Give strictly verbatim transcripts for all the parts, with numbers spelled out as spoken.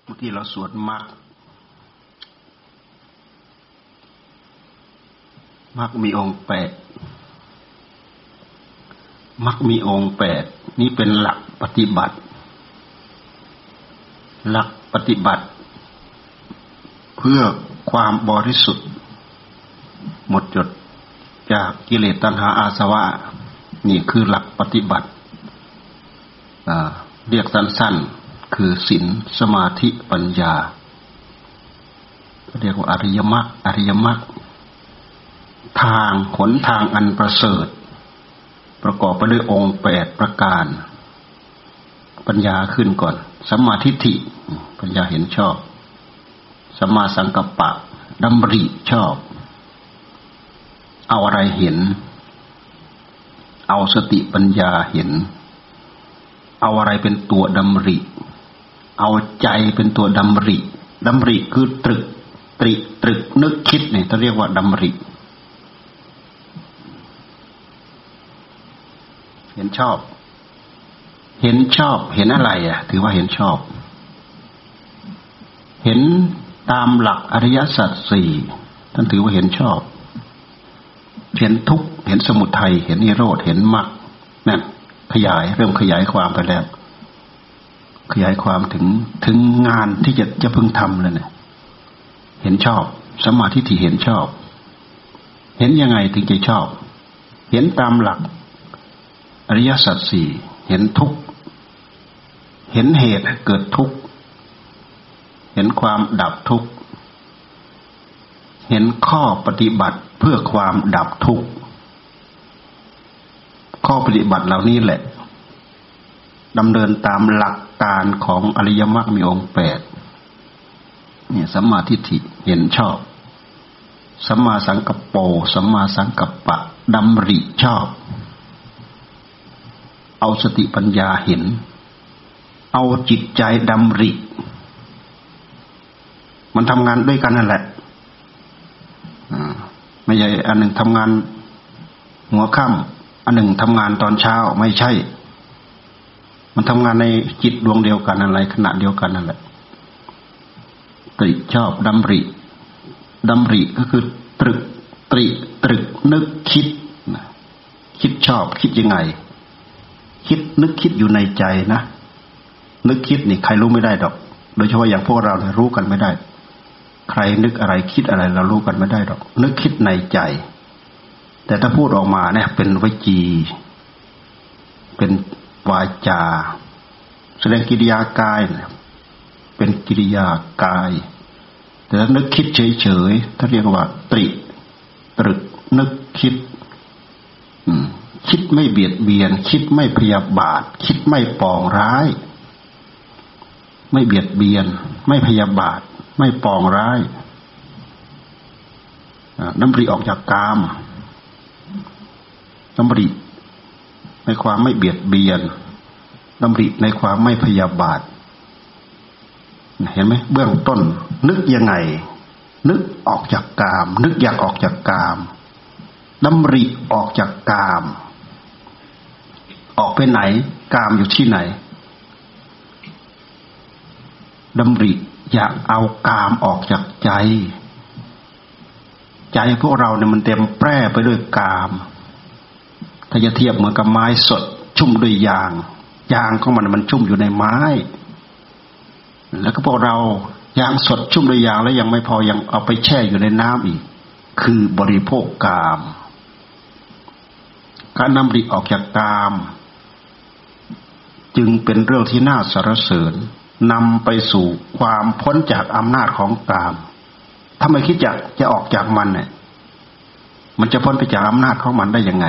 มื่อกี้เราสวดมรรคมรรคมีองค์แปดมรรคมีองค์แปดนี่เป็นหลักปฏิบัติหลักปฏิบัติเพื่อความบริสุทธิ์หมดจดจากกิเลสตัณหาอาสวะนี่คือหลักปฏิบัติเรียกสั้นๆคือศีลสมาธิปัญญาเรียกว่าอริยมรรคอริยมรรคทางหนทางอันประเสริฐประกอบไปด้วยองค์แปดประการปัญญาขึ้นก่อนสัมมาทิฏฐิปัญญาเห็นชอบสัมมาสังกัปปะดำริชอบเอาอะไรเห็นเอาสติปัญญาเห็นเอาอะไรเป็นตัวดำริเอาใจเป็นตัวดำริดำริคือตรึกตริตรึกนึกคิดเนี่ยเขาเรียกว่าดำริเห็นชอบเห็นชอบเห็นอะไรอ่ะถือว่าเห็นชอบเห็นตามหลักอริยสัจสี่ท่านถือว่าเห็นชอบเห็นทุกข์เห็นสมุทัยเห็นนิโรธเห็นมรรคนั่นขยายเริ่มขยายความไปแล้วขยายความถึงถึงงานที่จะจะพึงทำแล้วเนี่ยเห็นชอบสัมมาทิฏฐิเห็นชอบเห็นยังไงถึงจะชอบเห็นตามหลักอริยสัจสี่เห็นทุกข์เห็นเหตุเกิดทุกข์เห็นความดับทุกข์เห็นข้อปฏิบัติเพื่อความดับทุกข์ข้อปฏิบัติเหล่านี้แหละดำเนินตามหลักการของอริยมรรคมีองค์แปดเนี่ยสัมมาทิฏฐิเห็นชอบสัมมาสังกัปโปสัมมาสังกัปปะดำริชอบเอาสติปัญญาเห็นเอาจิตใจดำริมันทำงานด้วยกันนั่นแหละไม่ใช่อันหนึ่งทำงานหัวค่ำอันหนึ่งทำงานตอนเช้าไม่ใช่มันทำงานในจิตดวงเดียวกันอะไรขณะเดียวกันนั่นแหละตริชอบดำริดำริก็คือตรึกตริตรึกนึกคิดคิดชอบคิดยังไงคิดนึกคิดอยู่ในใจนะนึกคิดนี่ใครรู้ไม่ได้ดอกโดยเฉพาะอย่างพวกเราเนี่ยรู้กันไม่ได้ใครนึกอะไรคิดอะไรเรารู้กันไม่ได้ดอกนึกคิดในใจแต่ถ้าพูดออกมาเนี่ยเป็นวจีเป็นวาจาแสดงกิริยากายเป็นกิริยากายแต่ถ้านึกคิดเฉยๆถ้าเรียกว่าตริตรึกนึกคิดคิดไม่เบียดเบียนคิดไม่พยาบาทคิดไม่ปองร้ายไม่เบียดเบียนไม่พยาบาทไม่ปองร้ายดำริออกจากกามดำริในความไม่เบียดเบียนดำริในความไม่พยาบาทเห็นไหมเบื้องต้นนึกยังไงนึกออกจากกามนึกอยากออกจากกามดำริออกจากกามออกไปไหนกามอยู่ที่ไหนดำริอยากเอากามออกจากใจใจพวกเราเนี่ยมันเต็มแปร่ไปด้วยกามถ้าจะเทียบเหมือนกับไม้สดชุ่มด้วยยางยางของมันมันชุ่มอยู่ในไม้แล้วก็พวกเรายางสดชุ่มด้วยยางแล้วยังไม่พอยังเอาไปแช่อยู่ในน้ำอีกคือบริโภคกามการนำริออกจากกามจึงเป็นเรื่องที่น่าสรรเสริญนำไปสู่ความพ้นจากอำนาจของกามถ้าไม่คิดจะจะออกจากมันเนี่ยมันจะพ้นไปจากอำนาจของมันได้ยังไง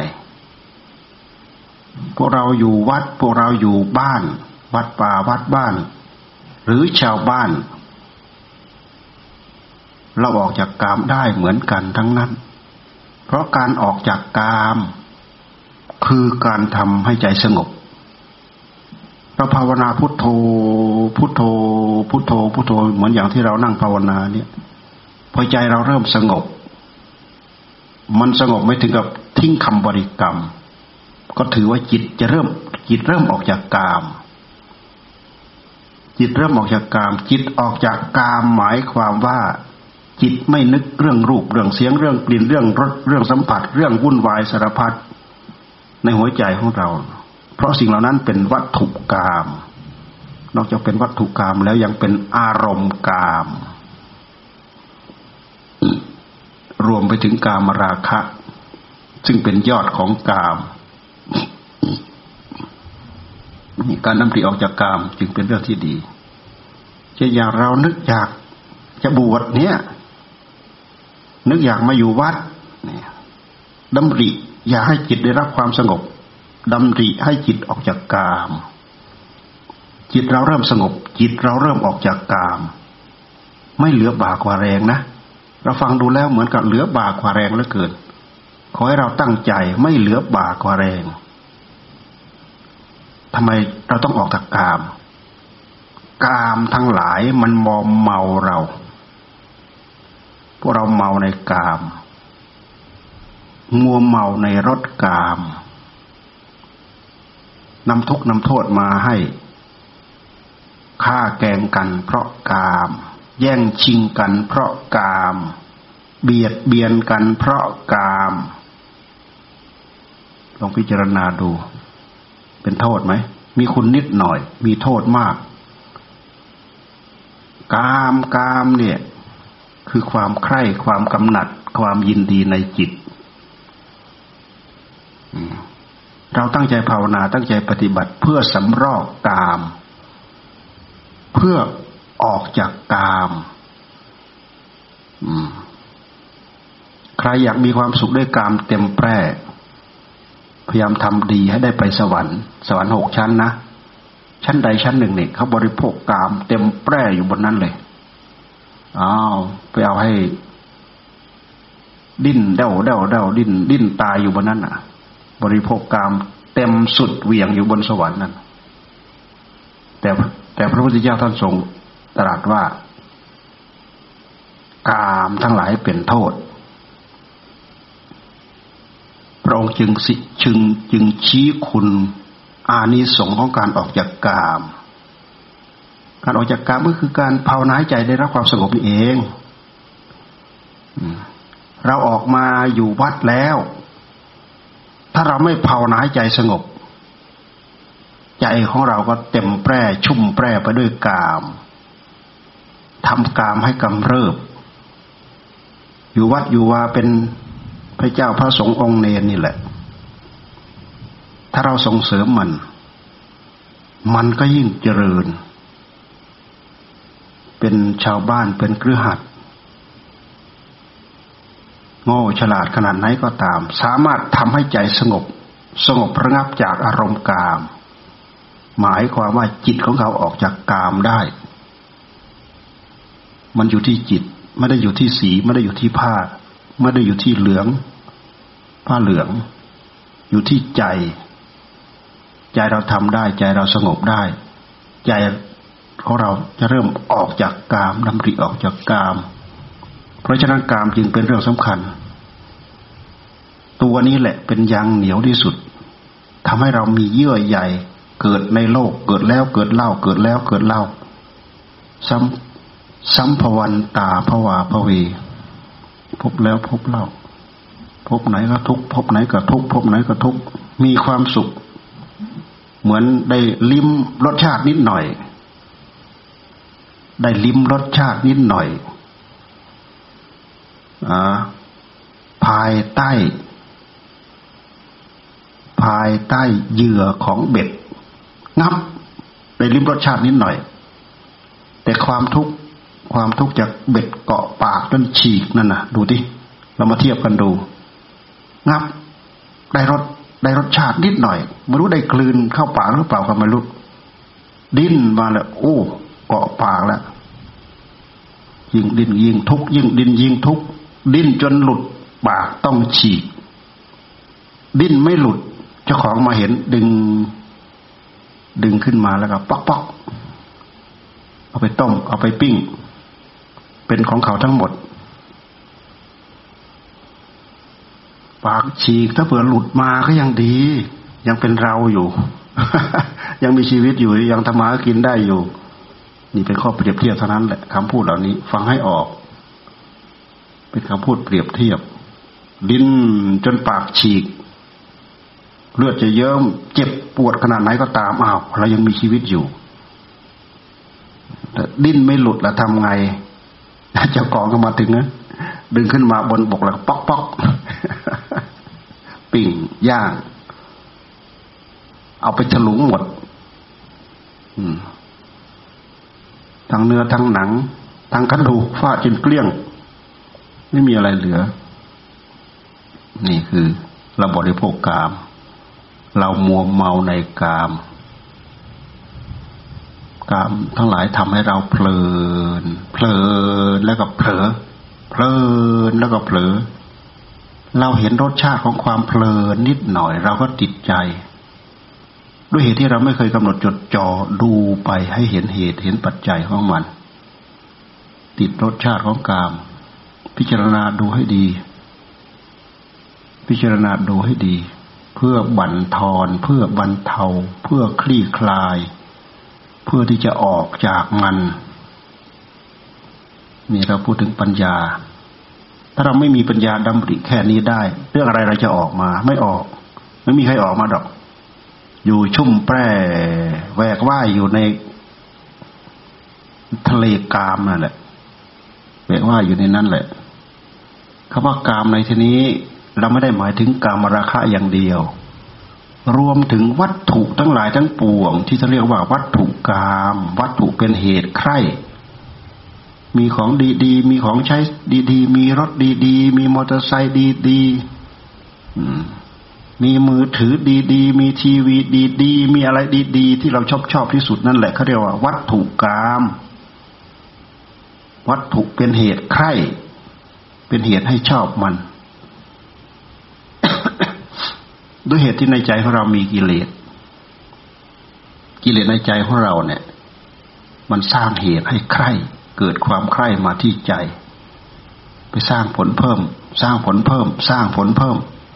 พวกเราอยู่วัดพวกเราอยู่บ้านวัดป่าวัดบ้านหรือชาวบ้านเราออกจากกามได้เหมือนกันทั้งนั้นเพราะการออกจากกามคือการทำให้ใจสงบเราภาวนาพุทโธพุทโธพุทโธพุทโธเหมือนอย่างที่เรานั่งภาวนาเนี่ยพอใจเราเริ่มสงบมันสงบไม่ถึงกับทิ้งคำบริกรรมก็ถือว่าจิตจะเริ่มจิตเริ่มออกจากกาม จจิตเริ่มออกจากกามจิตออกจากกามหมายความว่าจิตไม่นึกเรื่องรูปเรื่องเสียงเรื่องกลิ่นเรื่องรสเรื่องสัมผัสเรื่องวุ่นวายสารพัดในหัวใจของเราเพราะสิ่งเหล่านั้นเป็นวัตถุกามนอกจากเป็นวัตถุกามแล้วยังเป็นอารมณ์กามรวมไปถึงกามราคะซึ่งเป็นยอดของกามการดำริออกจากกามจึงเป็นเรื่องที่ดีเช่นอย่างเรานึกอยากจะบวชเนี่ยนึกอยากมาอยู่วัดเนี่ยดำริอยากให้จิตได้รับความสงบดำริให้จิตออกจากกามจิตเราเริ่มสงบจิตเราเริ่มออกจากกามไม่เหลือบากว่าแรงนะเราฟังดูแล้วเหมือนกับเหลือบากว่าแรงเหลือเกินขอให้เราตั้งใจไม่เหลือบากว่าแรงทำไมเราต้องออกจากกามกามทั้งหลายมันมอมเมาเราพวกเราเมาในกามมัวเมาในรสกามนำทุกข์นำโทษมาให้ฆ่าแกล้งกันเพราะกามแย่งชิงกันเพราะกามเบียดเบียนกันเพราะกามลองพิจารณาดูเป็นโทษไหมมีคุณนิดหน่อยมีโทษมากกามกามเนี่ยคือความใคร่ความกำหนัดความยินดีในจิตเราตั้งใจภาวนาตั้งใจปฏิบัติเพื่อสำรอกกามเพื่อออกจากกามใครอยากมีความสุขด้วยกามเต็มแปร่พยายามทำดีให้ได้ไปสวรรค์สวรรค์หกชั้นนะชั้นใดชั้นหนึ่งเนี่ยเขาบริโภคกามเต็มแปร่อยู่บนนั้นเลยอ้าวไปเอาให้ดิ้นเด้าเด้าเด้าดิ้นดิ้นตายอยู่บนนั้นอ่ะบริโภคกามเต็มสุดเหวี่ยงอยู่บนสวรรค์นั่นแต่แต่พระพุทธเจ้าท่านทรงตรัสว่ากามทั้งหลายเป็นโทษพระองค์จึงสิจึงจึงชี้คุณอานิสงส์ของการออกจากกามการออกจากกามก็คือการภาวนาใจได้รับความสงบนี่เองเราออกมาอยู่วัดแล้วถ้าเราไม่ภาวนาใจสงบใจของเราก็เต็มแปร่ชุ่มแปร่ไปด้วยกามทำกามให้กำเริบอยู่วัดอยู่ว่าเป็นพระเจ้าพระสงฆ์องค์เนรนี่แหละถ้าเราส่งเสริมมันมันก็ยิ่งเจริญเป็นชาวบ้านเป็นคฤหัสถ์โง่ฉลาดขนาดไหนก็ตามสามารถทำให้ใจสงบสงบระงับจากอารมณ์กามหมายความว่าจิตของเขาออกจากกามได้มันอยู่ที่จิตไม่ได้อยู่ที่สีไม่ได้อยู่ที่ผ้าไม่ได้อยู่ที่เหลืองผ้าเหลืองอยู่ที่ใจใจเราทำได้ใจเราสงบได้ใจของเราจะเริ่มออกจากกามดำริออกจากกามเพราะฉะนั้นกามจึงเป็นเรื่องสำคัญตัวนี้แหละเป็นยางเหนียวที่สุดทำให้เรามีเยื่อใยเกิดในโลกเกิดแล้วเกิดเล่าเกิดแล้วเกิดเล่าซ้ำซ้ำภวันตาภวาภเวพบแล้วพบเล่าพบไหนก็ทุกพบไหนก็ทุกพบไหนก็ทุกมีความสุขเหมือนได้ลิ้มรสชาตินิดหน่อยได้ลิ้มรสชาตินิดหน่อยอ่าภายใต้ภายใต้เหยื่อของเบ็ดงับได้ลิ้มรสชาตินิดหน่อยแต่ความทุกข์ความทุกข์จากเบ็ดเกาะปากจนฉีกนั่นน่ะดูดิเรามาเทียบกันดูงับได้รสได้รสชาตินิดหน่อยไม่รู้ได้กลืนเข้าปากหรือเปล่าก็ไม่รู้ดิ้นมาแล้วโอ้เกาะปากแล้วยิ่งดิ้นยิ่งทุกข์ยิ่งดิ้นยิ่งทุกข์ดิ้นจนหลุดปากต้องฉีกดิ้นไม่หลุดเจ้าของมาเห็นดึงดึงขึ้นมาแล้วก็ป๊อกป๊อกเอาไปต้มเอาไปปิ้งเป็นของเขาทั้งหมดปากฉีกถ้าเผื่อหลุดมาก็ยังดียังเป็นเราอยู่ ยังมีชีวิตอยู่ยังทำมาหากินได้อยู่นี่เป็นข้อเปรียบเทียบเท่านั้นแหละคำพูดเหล่านี้ฟังให้ออกเป็นคำพูดเปรียบเทียบดิ้นจนปากฉีกเลือดจะเยิ้มเจ็บปวดขนาดไหนก็ตามอ้าวเรายังมีชีวิตอยู่แต่ดิ้นไม่หลุดแล้วทำไงเจ้าของก็มาถึงนะดึงขึ้นมาบนบกแล้วป๊อกป๊อกปิ่งย่างเอาไปฉลุงหมดทั้งเนื้อทั้งหนังทั้งกระดูกฟาดจนเกลี้ยงไม่มีอะไรเหลือนี่คือเราบริโภคกามเรามัวเมาในกามกามทั้งหลายทำให้เราเพลินเพลินแล้วก็เผลอเพลินแล้วก็เผลอเราเห็นรสชาติของความเพลินนิดหน่อยเราก็ติดใจด้วยเหตุที่เราไม่เคยกำหนดจดจ่อดูไปให้เห็นเหตุเห็นปัจจัยของมันติดรสชาติของกามพิจารณาดูให้ดีพิจารณาดูให้ดีเพื่อบั่นทอนเพื่อบรรเทาเพื่อคลี่คลายเพื่อที่จะออกจากมันนี่เราพูดถึงปัญญาถ้าเราไม่มีปัญญาดำริแค่นี้ได้เรื่องอะไรเราจะออกมาไม่ออกไม่มีใครออกมาดอกอยู่ชุ่มแปร่แหวกว่ายอยู่ในทะเลกามนั่นแหละแหวกว่ายอยู่ในนั้นแหละคำว่ากามในที่นี้เราไม่ได้หมายถึงกามราคะอย่างเดียวรวมถึงวัตถุทั้งหลายทั้งปวงที่เขาเรียกว่าวัตถุกามวัตถุเป็นเหตุใคร่มีของดีๆมีของใช้ดีๆมีรถดีๆมีมอเตอร์ไซค์ดีๆมีมือถือดีๆมีทีวีดีๆมีอะไรดีๆที่เราชอบชอบที่สุดนั่นแหละเขาเรียกว่าวัตถุกามวัตถุเป็นเหตุใคร่เป็นเหตุให้ชอบมันด้วยเหตุที่ในใจของเรามีกิเลสกิเลสในใจของเราเนี่ยมันสร้างเหตุให้ใคร่เกิดความใคร่มาที่ใจไปสร้างผลเพิ่มสร้างผลเพิ่มสร้างผลเพิ่ม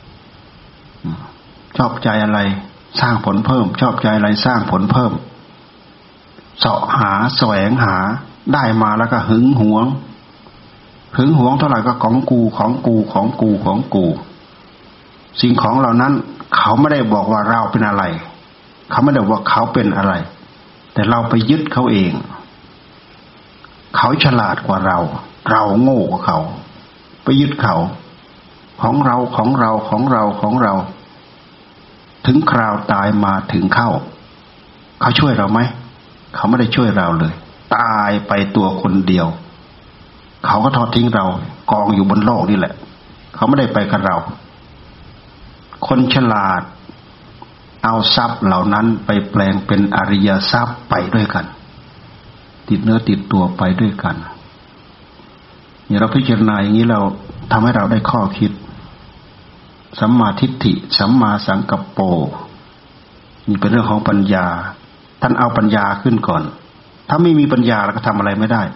ชอบใจอะไรสร้างผลเพิ่มชอบใจอะไรสร้างผลเพิ่มเสาะหาแสวงหาได้มาแล้วก็หึงหวงหึงหวงเท่าไหร่ก็ของกูของกูของกูของกูสิ่งของเหล่านั้นเขาไม่ได้บอกว่าเราเป็นอะไรเขาไม่ได้บอกว่าเขาเป็นอะไรแต่เราไปยึดเขาเองเขาฉลาดกว่าเราเราโง่กว่าเขาไปยึดเขาของเราของเราของเราของเราถึงคราวตายมาถึงเข้าเขาช่วยเราไหมเขาไม่ได้ช่วยเราเลยตายไปตัวคนเดียวเขาก็ทอดทิ้งเรากองอยู่บนโลกนี่แหละเขาไม่ได้ไปกับเราคนฉลาดเอาทรัพย์เหล่านั้นไปแปลงเป็นอริยทรัพย์ไปด้วยกันติดเนื้อติดตัวไปด้วยกันเนี่ยเราพิจารณาอย่างนี้เราทำให้เราได้ข้อคิดสัมมาทิฏฐิสัมมาสังกัปโปนี่เป็นเรื่องของปัญญาท่านเอาปัญญาขึ้นก่อนถ้าไม่มีปัญญาเราก็ทำอะไรไม่ได้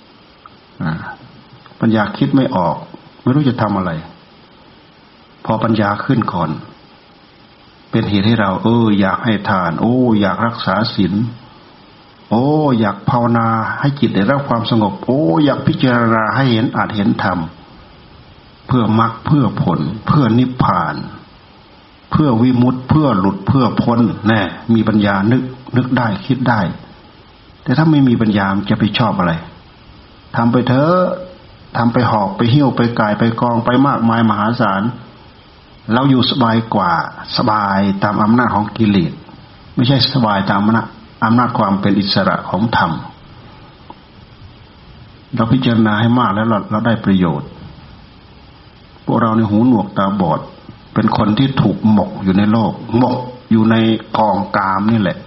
ปัญญาคิดไม่ออกไม่รู้จะทำอะไรพอปัญญาขึ้นก่อนเป็นเหตุให้เราเอออยากให้ทานโอ้อยากรักษาศีลโอ้อยากภาวนาให้จิตได้รับความสงบโอ้อยากพิจารณาให้เห็นอาจเห็นธรรมเพื่อมรรคเพื่อผลเพื่อนิพพานเพื่อวิมุตติเพื่อหลุดเพื่อพ้นแน่มีปัญญานึกนึกได้คิดได้แต่ถ้าไม่มีปัญญาจะไปชอบอะไรทำไปเถอะทำไปหอกไปหิ้วไปกายไปกองไปมากมายมหาศาลเราอยู่สบายกว่าสบายตามอำนาจของกิเลสไม่ใช่สบายตามอำนาจอำนาจความเป็นอิสระของธรรมเราพิจารณาให้มากแล้วเราเราได้ประโยชน์พวกเราในหูหนวกตาบอดเป็นคนที่ถูกหมกอยู่ในโลกหมกอยู่ในกองกามนี่แหละ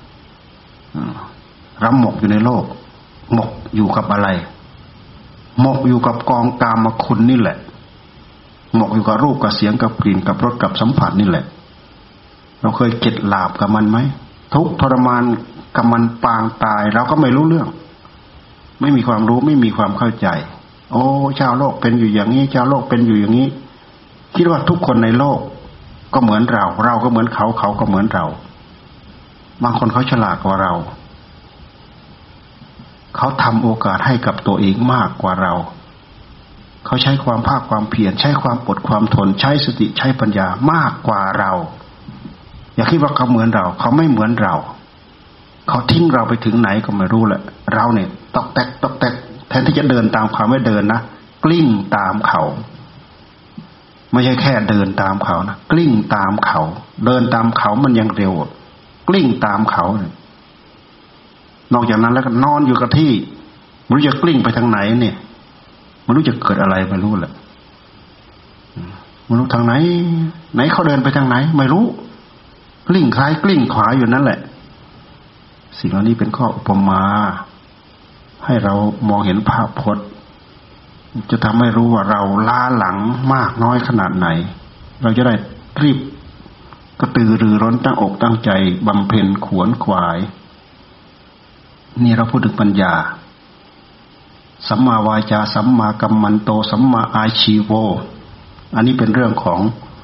เราหมกอยู่ในโลกหมกอยู่กับอะไรหมกอยู่กับกองกามคุณนี่แหละหมกอยู่กับรูปกับเสียงกับกลิ่นกับรสกับสัมผัสนี่แหละเราเคยเก็ดหลาบกับมันไหมทุกทรมานกับมันปางตายเราก็ไม่รู้เรื่องไม่มีความรู้ไม่มีความเข้าใจโอ้ชาวโลกเป็นอยู่อย่างนี้ชาวโลกเป็นอยู่อย่างนี้คิดว่าทุกคนในโลกก็เหมือนเราเราก็เหมือนเขาเขาก็เหมือนเราบางคนเขาฉลาดกว่าเราเขาทำโอกาสให้กับตัวเองมากกว่าเราเขาใช้ความภาคความเพียรใช้ความอดความทนใช้สติใช้ปัญญามากกว่าเราอย่าคิดว่าเขาเหมือนเราเขาไม่เหมือนเราเขาทิ้งเราไปถึงไหนก็ไม่รู้แหละเราเนี่ยตอกแตกตอกแตกแทนที่จะเดินตามเขาไม่เดินนะกลิ้งตามเขาไม่ใช่แค่เดินตามเขานะกลิ้งตามเขาเดินตามเขามันยังเร็วกลิ้งตามเขานอกจากนั้นแล้วก็นอนอยู่กับที่ไม่รู้จะกลิ้งไปทางไหนเนี่ยไม่รู้จะเกิดอะไรไม่รู้แหละไม่รู้ทางไหนไหนเขาเดินไปทางไหนไม่รู้กลิ้งซ้ายกลิ้งขวาอยู่นั่นแหละสิ่งเหล่านี้เป็นข้ออุปมาให้เรามองเห็นภาพพจน์จะทำให้รู้ว่าเราล้าหลังมากน้อยขนาดไหนเราจะได้รีบกระตือรือร้นตั้งอกตั้งใจบำเพ็ญขวนขวายนี่เราพูดถึงปัญญาสัมมาวาจาสัมมากัมมันโตสัมมาอาชีโวอันนี้เป็นเรื่องของ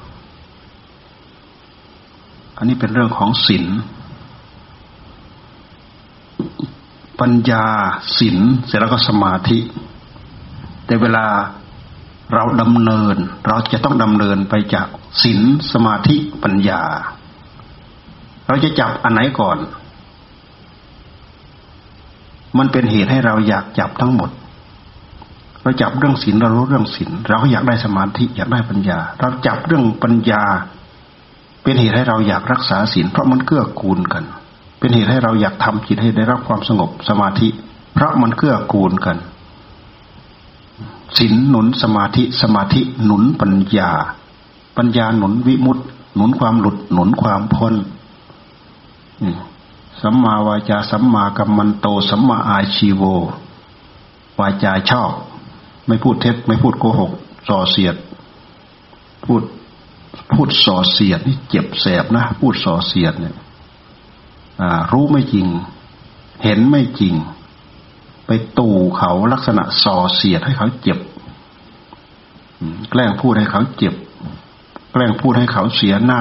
อันนี้เป็นเรื่องของศีลปัญญาศีลเสร็จแล้วก็สมาธิแต่เวลาเราดำเนินเราจะต้องดำเนินไปจากศีลสมาธิปัญญาเราจะจับอันไหนก่อนมันเป็นเหตุให้เราอยากจับทั้งหมดเราจับเรื่องศีลเรารู้เรื่องศีลเราก็อยากได้สมาธิอยากได้ปัญญาเราจับเรื่องปัญญาเป็นเหตุให้เราอยากรักษาศีลเพราะมันเกื้อกูลกันเป็นเหตุให้เราอยากทำจิตให้ได้รับความสงบสมาธิเพราะมันเกื้อกูลกันศีลหนุนสมาธิสมาธิหนุนปัญญาปัญญาหนุนวิมุตติหนุนความหลุดหนุนความพ้นสัมมาวาจาสัมมากัมมันโตสัมมาอาชีโววาจาชอบไม่พูดเท็จไม่พูดโกหกส่อเสียดพูดพูดส่อเสียดนี่เจ็บแสบนะพูดส่อเสียดเนี่ยรู้ไม่จริงเห็นไม่จริงไปตู่เขาลักษณะส่อเสียดให้เขาเจ็บแกล้งพูดให้เขาเจ็บแกล้งพูดให้เขาเสียหน้า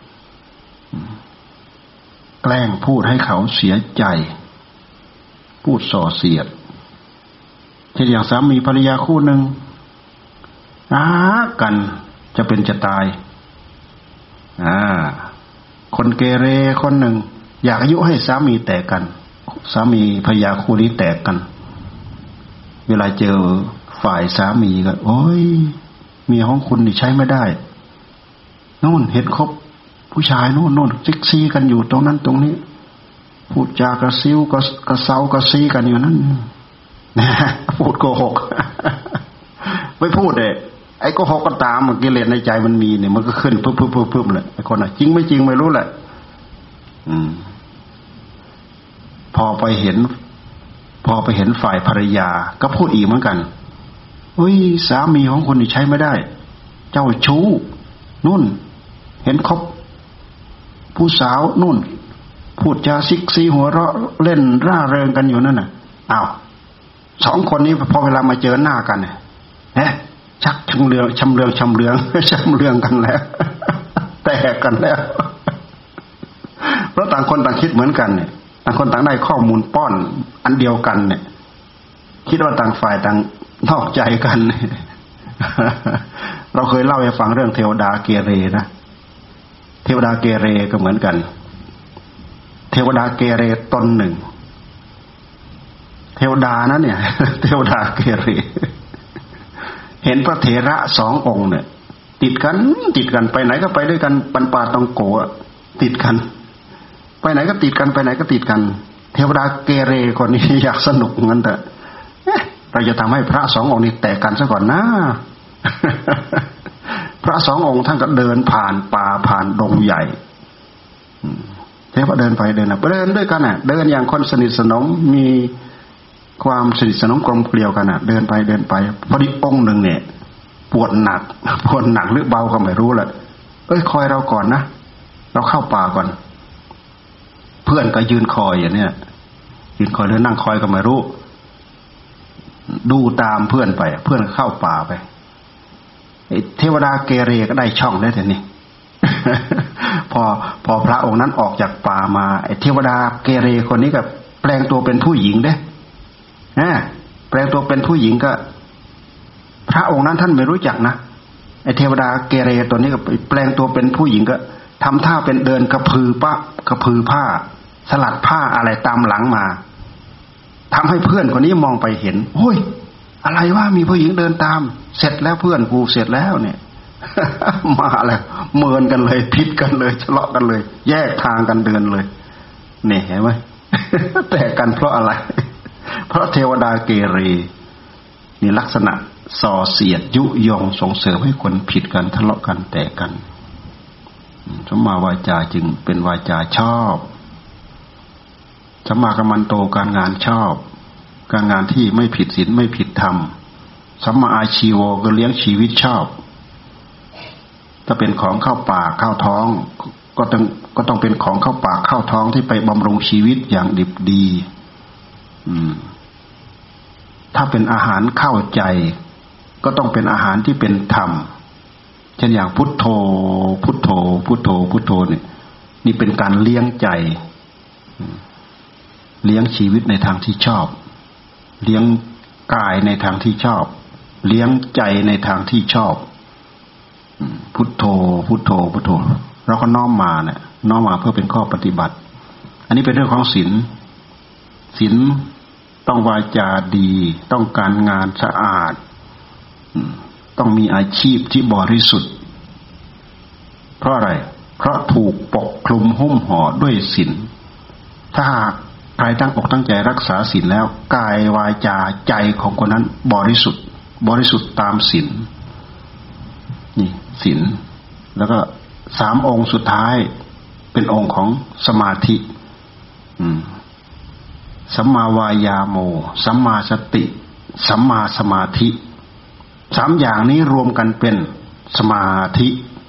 แกล้งพูดให้เขาเสียใจพูดส่อเสียดเช่นอย่างสามีภรรยาคู่หนึ่งรักกันจะเป็นจะตายอ่าคนเกเรคนหนึ่งอยากยุให้สามีแตกกันสามีภรรยาคู่นี้แตกกันเวลาเจอฝ่ายสามีก็โอ้ยเมียของคุณนี่ใช้ไม่ได้นู่นเห็นคบผู้ชายนู่นนู่นซิกซีกันอยู่ตรงนั้นตรงนี้พูดจากระซิวกระกระเซากระซีกันอยู่นั่นนะพูดโกหกไม่พูดเลยไอ้โกหกก็ตามกิเลสในใจมันมีเนี่ยมันก็ขึ้นปึ๊บปึ๊บปึ๊บปึ๊บเลยไอ้คนน่ะจริงไม่จริงไม่รู้แหละอืมพอไปเห็นพอไปเห็นฝ่ายภรรยาก็พูดอีกเหมือนกันเฮ้ยสามีของคนนี่ใช้ไม่ได้เจ้าชู้นู่นเห็นคบผู้สาวนู่นพูดจาซิกซีหัวเราะเล่นร่าเริงกันอยู่นั่นน่ะอ้าวสองคนนี้พอเวลามาเจอหน้ากันเนี่ยเอ๊ะชักชำเลืองชำเลืองชำเลืองชำเลืองกันแล้วแตกกันแล้วเพราะต่างคนต่างคิดเหมือนกันเนี่ยต่างคนต่างได้ข้อมูลป้อนอันเดียวกันเนี่ยคิดว่าต่างฝ่ายต่างนอกใจกันเราเคยเล่าให้ฟังเรื่องเทวดาเกเรนะเทวดาเกเรก็เหมือนกันเทวดาเกเรตนหนึ่งเทวดานะเนี่ยเทวดาเกเรเห็นพระเถระสององค์เนี่ยติดกันติดกันไปไหนก็ไปด้วยกันปันปาตองโกะติดกันไปไหนก็ติดกันไปไหนก็ติดกันเทวดาเกเรคนนี้อยากสนุกงั้นแต่เราจะทำให้พระสององค์นี้แตกกันซะก่อนนะพระสององค์ท่านก็เดินผ่านป่าผ่านดงใหญ่เทวดาเดินไปเดินมาเดินด้วยกันน่ะเดินอย่างคนสนิทสนมมีความสนิทสนมกลมเกลียวกันน่ะเดินไปเดินไปพอดีองค์หนึ่งเนี่ยปวดหนักปวดหนักหรือเบาก็ไม่รู้แหละเอ้ยคอยเราก่อนนะเราเข้าป่าก่อนเพื่อนก็ยืนคอยอย่างเนี้ยยืนคอยหรือนั่งคอยก็ไม่รู้ดูตามเพื่อนไปเพื่อนเข้าป่าไปเทวดาเกเรก็ได้ช่องได้แต่นี่ พอพอพระองค์นั้นออกจากป่ามาไอ้เทวดาเกเรคนนี้ก็แปลงตัวเป็นผู้หญิงเด้นะแปลงตัวเป็นผู้หญิงก็พระองค์นั้นท่านไม่รู้จักนะไอเทวดาเกเรตัวนี้ก็แปลงตัวเป็นผู้หญิงก็ทำท่าเป็นเดินกระพือป้ากระพือผ้าสลัดผ้าอะไรตามหลังมาทำให้เพื่อนคนนี้มองไปเห็นโอ้ยอะไรวะมีผู้หญิงเดินตามเสร็จแล้วเพื่อนกูเสร็จแล้วเนี่ย มาแล้วเมินกันเลยพิษกันเลยทะเลาะกันเลยแยกทางกันเดินเลยเนี่ยเห็นไหม แต่กันเพราะอะไร เพราะเทวดาเกเรนี่ลักษณะส่อเสียดยุยงส่งเสริมให้คนผิดกันทะเลาะกันแตกกันสัมมาวาจาจึงเป็นวาจาชอบสัมมากัมมันโตการงานชอบการงานที่ไม่ผิดศีลไม่ผิดธรรมสัมมาอาชีโวก็เลี้ยงชีวิตชอบถ้าเป็นของเข้าปากเข้าท้องก็ต้องก็ต้องเป็นของเข้าปากเข้าท้องที่ไปบำรุงชีวิตอย่างดิบดีอืมถ้าเป็นอาหารเข้าใจก็ต้องเป็นอาหารที่เป็นธรรมเช่นอย่างพุทโธพุทโธพุทโธพุทโธนี่นี่เป็นการเลี้ยงใจเลี้ยงชีวิตในทางที่ชอบเลี้ยงกายในทางที่ชอบเลี้ยงใจในทางที่ชอบพุทโธพุทโธพุทโธเราก็น้อมมาเนี่ยน้อมมาเพื่อเป็นข้อปฏิบัติอันนี้เป็นเรื่องของศีลศีลต้องวาจาดีต้องการงานสะอาดต้องมีอาชีพที่บริสุทธิ์เพราะอะไรเพราะถูกปกคลุมหุ้มห่อด้วยศีลถ้าหากใครตั้งอกตั้งใจรักษาศีลแล้วกายวาจาใจของคนนั้นบริสุทธิ์บริสุทธิ์ตามศีลนี่ศีลแล้วก็สามองค์สุดท้ายเป็นองค์ของสมาธิสัมมาวายาโมสัมมาสติสัมมาสมาธิสามอย่างนี้รวมกันเป็นสมาธิ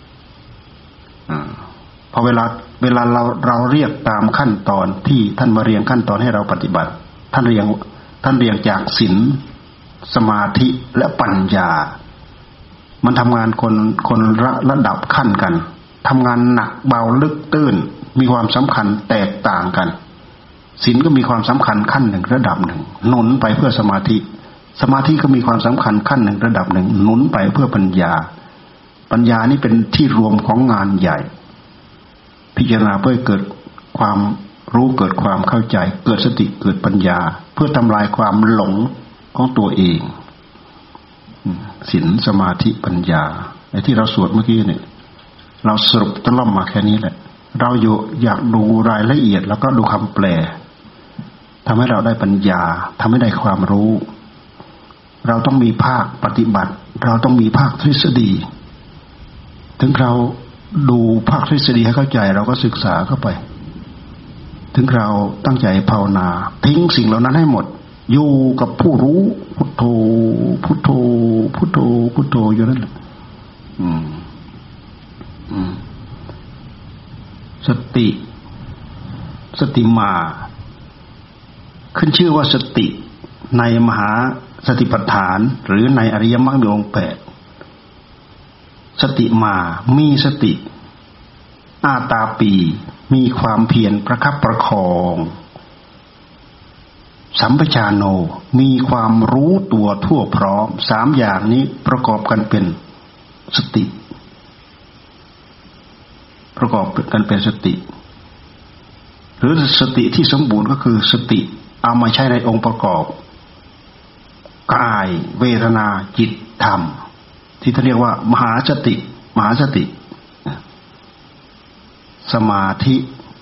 พอเวลาเวลาเราเราเรียกตามขั้นตอนที่ท่านมาเรียงขั้นตอนให้เราปฏิบัติท่านเรียงท่านเรียงจากศีลสมาธิและปัญญามันทำงานคนคนละระดับขั้นกันทำงานหนักเบาลึกตื้นมีความสำคัญแตกต่างกันศีลก็มีความสำคัญขั้นหนึ่งระดับหนึ่งหนุนไปเพื่อสมาธิสมาธิก็มีความสำคัญขั้นหนึ่งระดับหนึ่งหนุนไปเพื่อปัญญาปัญญานี่เป็นที่รวมของงานใหญ่พิจารณาเพื่อเกิดความรู้เกิดความเข้าใจเกิดสติเกิดปัญญาเพื่อทำลายความหลงของตัวเองศีลสมาธิปัญญาไอ้ที่เราสวดเมื่อกี้เนี่ยเราสรุปตะล่อมมาแค่นี้แหละเราอยู่อยากดูรายละเอียดแล้วก็ดูคำแปลทำให้เราได้ปัญญาทำให้ได้ความรู้เราต้องมีภาคปฏิบัติเราต้องมีภาคทฤษฎีถึงเราดูภาคทฤษฎีให้เข้าใจเราก็ศึกษาเข้าไปถึงเราตั้งใจภาวนาทิ้งสิ่งเหล่านั้นให้หมดอยู่กับผู้รู้พุทโธพุทโธพุทโธพุทโธอยู่นั่นแหละอืมอืมสติสติมาขึ้นชื่อว่าสติในมหาสติปัฏฐานหรือในอริยมรรคมีองค์แปดสติมามีสติอาตาปีมีความเพียรประคับประคองสัมปชานโนมีความรู้ตัวทั่วพร้อมสามอย่างนี้ประกอบกันเป็นสติประกอบกันเป็นสติหรือสติที่สมบูรณ์ก็คือสติเอามาใช้ในองค์ประกอบกายเวทนาจิตธรรมที่เขาเรียกว่ามหาสติมหาสติสมาธิ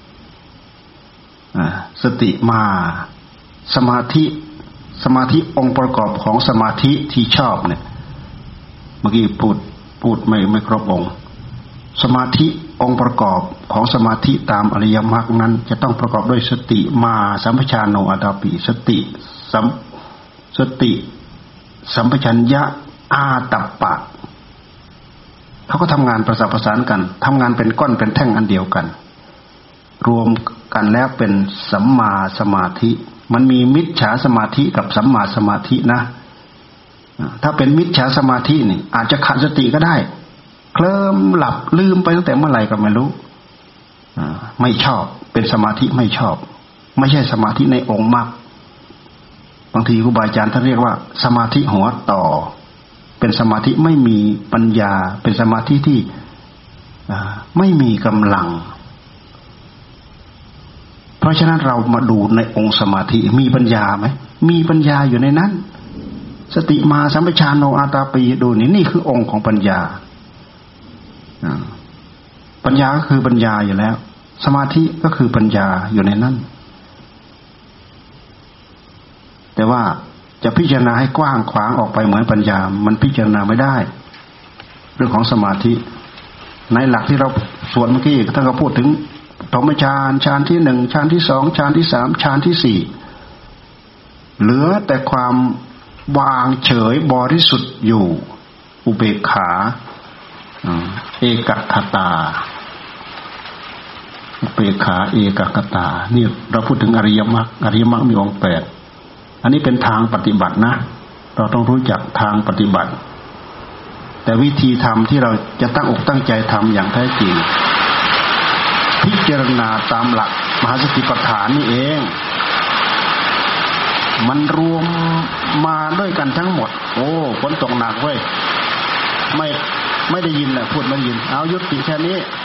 สติมาสมาธิสมาธิองค์ประกอบของสมาธิที่ชอบเนี่ยเมื่อกี้พูดพูดไม่ไม่ครบองค์สมาธิองค์ประกอบของสมาธิตามอริยมรรคนั้นจะต้องประกอบด้วยสติมาสัมปชานโนอัตตาปิสติสัมสติสัมปชัญญะอาตัปปะเขาก็ทำงานประสานประสานกันทำงานเป็นก้อนเป็นแท่งอันเดียวกันรวมกันแล้วเป็นสัมมาสมาธิมันมีมิจฉาสมาธิกับสัมมาสมาธินะถ้าเป็นมิจฉาสมาธินี่อาจจะขาดสติก็ได้เคลิ้มหลับลืมไปตั้งแต่เมื่อไหร่ก็ไม่รู้ไม่ชอบเป็นสมาธิไม่ชอบไม่ใช่สมาธิในองค์มรรคบางทีครูบาอาจารย์ท่านเรียกว่าสมาธิหัวต่อเป็นสมาธิไม่มีปัญญาเป็นสมาธิที่ไม่มีกำลังเพราะฉะนั้นเรามาดูในองค์สมาธิมีปัญญาไหมมีปัญญาอยู่ในนั้นสติมาสัมปชานโนอาตาปีดูนี่นี่คือองค์ของปัญญาปัญญาก็คือปัญญาอยู่แล้วสมาธิก็คือปัญญาอยู่ในนั้นแต่ว่าจะพิจารณาให้กว้างขวางออกไปเหมือนปัญญามันพิจารณาไม่ได้เรื่องของสมาธิในหลักที่เราสวดเมื่อกี้ท่านก็พูดถึงปฐมฌานฌานที่หนึ่งฌานที่สองฌานที่สามฌานที่สี่เหลือแต่ความวางเฉยบริสุทธิ์อยู่อุเบกขาเอกคตาอุเบกขาเอกคตานี่เราพูดถึงอริยมรรคอริยมรรคมีองค์แปดอันนี้เป็นทางปฏิบัตินะเราต้องรู้จักทางปฏิบัติแต่วิธีทำที่เราจะตั้งอกตั้งใจทำอย่างแท้จริงพิจารณาตามหลักมหาสติปัฏฐานนี่เองมันรวมมาด้วยกันทั้งหมดโอ้ฝนตกหนักเว้ยไม่ไม่ได้ยินแหละพูดไม่ได้ยินเอายุติแค่นี้